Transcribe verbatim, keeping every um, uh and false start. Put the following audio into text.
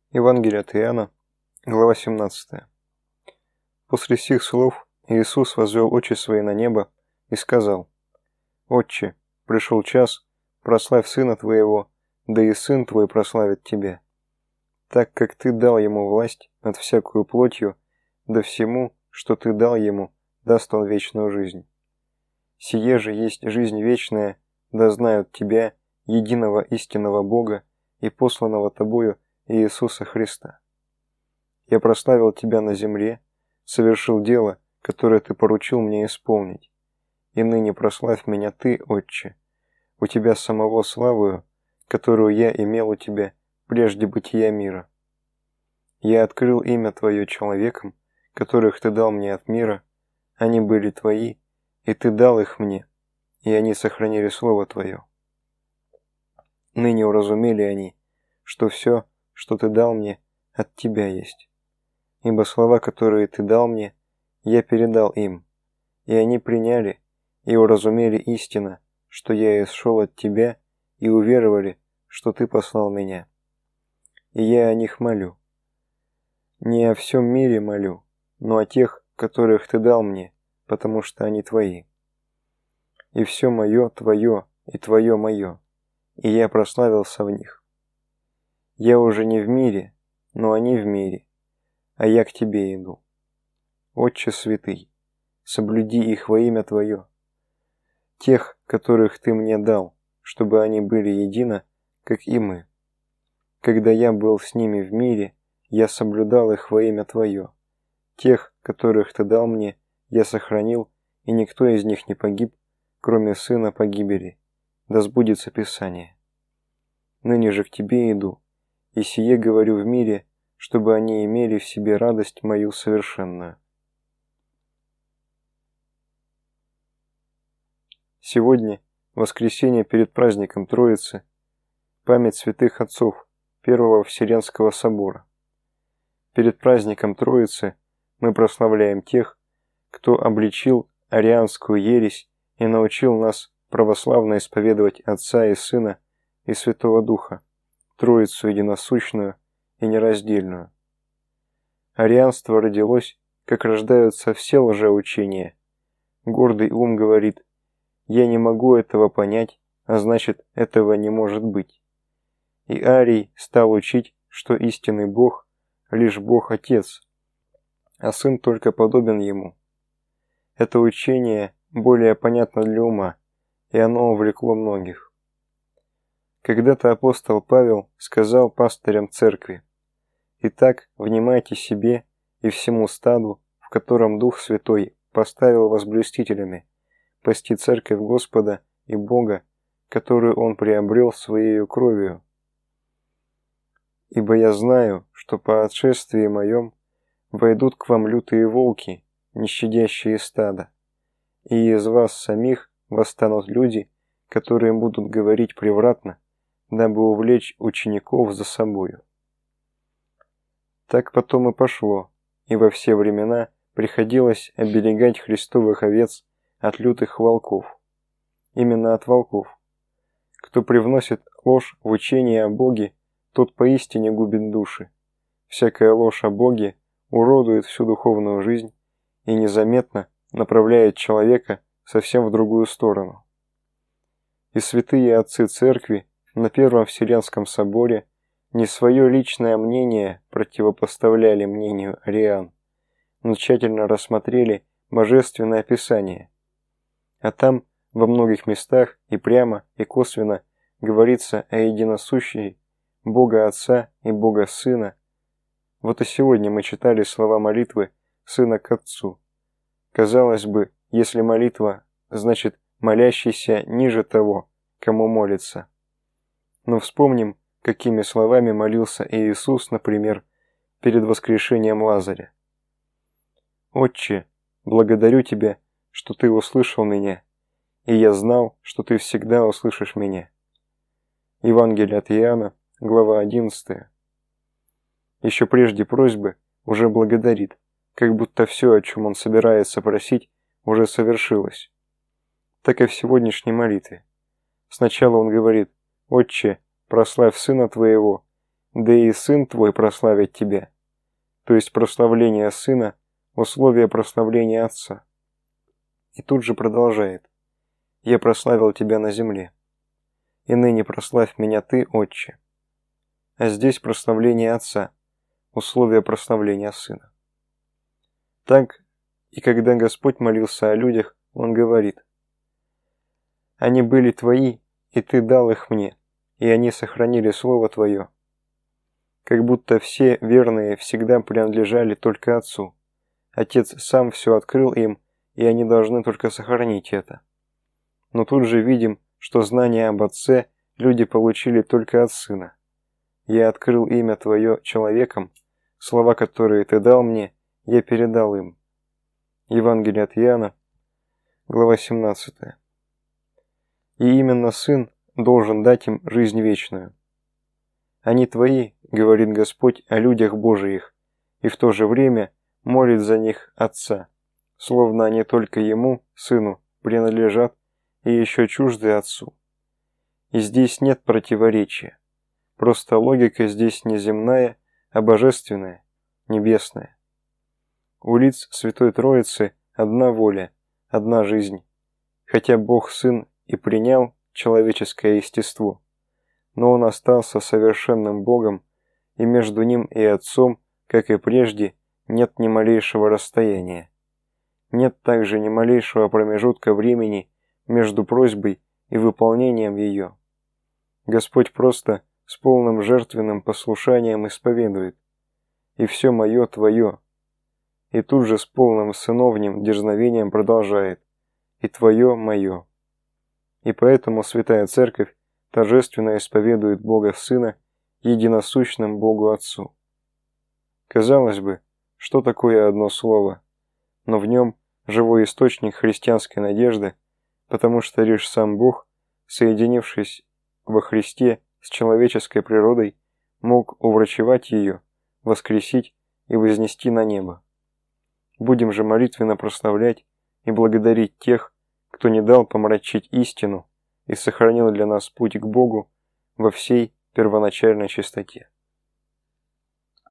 Евангелие от Иоанна, глава семнадцатая. После сих слов Иисус возвел очи свои на небо и сказал: «Отче, пришел час, прославь Сына Твоего, да и Сын Твой прославит Тебя, так как Ты дал Ему власть над всякую плотью, да всему, что Ты дал Ему, даст Он вечную жизнь. Сие же есть жизнь вечная, да знают Тебя, единого истинного Бога и посланного Тобою Иисуса Христа. Я прославил Тебя на земле, совершил дело, которое Ты поручил мне исполнить. И ныне прославь меня Ты, Отче, у Тебя самого славою, которую я имел у Тебя прежде бытия мира. Я открыл имя Твое человекам, которых Ты дал мне от мира, они были Твои, и Ты дал их мне, и они сохранили Слово Твое. Ныне уразумели они, что все, что Ты дал мне, от Тебя есть. Ибо слова, которые Ты дал мне, я передал им, и они приняли и уразумели истинно, что я исшел от Тебя, и уверовали, что Ты послал меня. И я о них молю. Не о всем мире молю, но о тех, которых Ты дал мне, потому что они Твои. И все мое Твое, и Твое мое, и я прославился в них. Я уже не в мире, но они в мире, а я к Тебе иду. Отче святый, соблюди их во имя Твое, тех, которых Ты мне дал, чтобы они были едино, как и мы. Когда я был с ними в мире, я соблюдал их во имя Твое. Тех, которых Ты дал мне, я сохранил, и никто из них не погиб, кроме сына погибели. Да сбудется Писание. Ныне же к Тебе иду, и сие говорю в мире, чтобы они имели в себе радость мою совершенную». Сегодня, воскресенье перед праздником Троицы, память святых отцов Первого Вселенского собора. Перед праздником Троицы мы прославляем тех, кто обличил арианскую ересь и научил нас православно исповедовать Отца и Сына и Святого Духа, Троицу единосущную и нераздельную. Арианство родилось, как рождаются все лжеучения. Гордый ум говорит: «Я не могу этого понять, а значит, этого не может быть». И Арий стал учить, что истинный Бог – лишь Бог-Отец, а Сын только подобен Ему. Это учение более понятно для ума, и оно увлекло многих. Когда-то апостол Павел сказал пастырям церкви: «Итак, внимайте себе и всему стаду, в котором Дух Святой поставил вас блюстителями, пасти церковь Господа и Бога, которую Он приобрел Своею кровью. Ибо я знаю, что по отшествии моем войдут к вам лютые волки, не щадящие стада, и из вас самих восстанут люди, которые будут говорить превратно, дабы увлечь учеников за собою». Так потом и пошло, и во все времена приходилось оберегать христовых овец от лютых волков. Именно от волков. Кто привносит ложь в учение о Боге, тот поистине губит души. Всякая ложь о Боге уродует всю духовную жизнь и незаметно направляет человека совсем в другую сторону. И святые отцы церкви на Первом Вселенском соборе не свое личное мнение противопоставляли мнению ариан, но тщательно рассмотрели Божественное Писание. А там во многих местах и прямо, и косвенно говорится о единосущей Бога Отца и Бога Сына. Вот и сегодня мы читали слова молитвы Сына к Отцу. Казалось бы, если молитва, значит молящийся ниже того, кому молится. Но вспомним, какими словами молился Иисус, например, перед воскрешением Лазаря. «Отче, благодарю Тебя, что Ты услышал меня, и я знал, что Ты всегда услышишь меня». Евангелие от Иоанна, глава одиннадцатая. Еще прежде просьбы уже благодарит, как будто все, о чем он собирается просить, уже совершилось. Так и в сегодняшней молитве. Сначала он говорит: «Отче, прославь Сына Твоего, да и Сын Твой прославит Тебя». То есть прославление Сына – условие прославления Отца. И тут же продолжает: «Я прославил Тебя на земле. И ныне прославь Меня Ты, Отче». А здесь прославление Отца – условие прославления Сына. Так и когда Господь молился о людях, Он говорит: «Они были Твои, и Ты дал их Мне, и они сохранили Слово Твое». Как будто все верные всегда принадлежали только Отцу. Отец сам все открыл им, и они должны только сохранить это. Но тут же видим, что знания об Отце люди получили только от Сына. «Я открыл имя Твое человекам, слова, которые Ты дал мне, я передал им». Евангелие от Иоанна, глава семнадцатая. И именно Сын должен дать им жизнь вечную. «Они Твои», — говорит Господь о людях Божиих, и в то же время молит за них Отца, словно они только Ему, Сыну, принадлежат и еще чужды Отцу. И здесь нет противоречия. Просто логика здесь не земная, а божественная, небесная. У лиц Святой Троицы одна воля, одна жизнь. Хотя Бог Сын и принял человеческое естество, но Он остался совершенным Богом, и между Ним и Отцом, как и прежде, нет ни малейшего расстояния. Нет также ни малейшего промежутка времени между просьбой и выполнением ее. Господь просто с полным жертвенным послушанием исповедует: «И все мое Твое». И тут же с полным сыновним дерзновением продолжает: «И Твое мое». И поэтому Святая Церковь торжественно исповедует Бога Сына единосущным Богу Отцу. Казалось бы, что такое одно слово, но в нем живой источник христианской надежды, потому что лишь сам Бог, соединившись во Христе с человеческой природой, мог уврачевать ее, воскресить и вознести на небо. Будем же молитвенно прославлять и благодарить тех, кто не дал помрачить истину и сохранил для нас путь к Богу во всей первоначальной чистоте.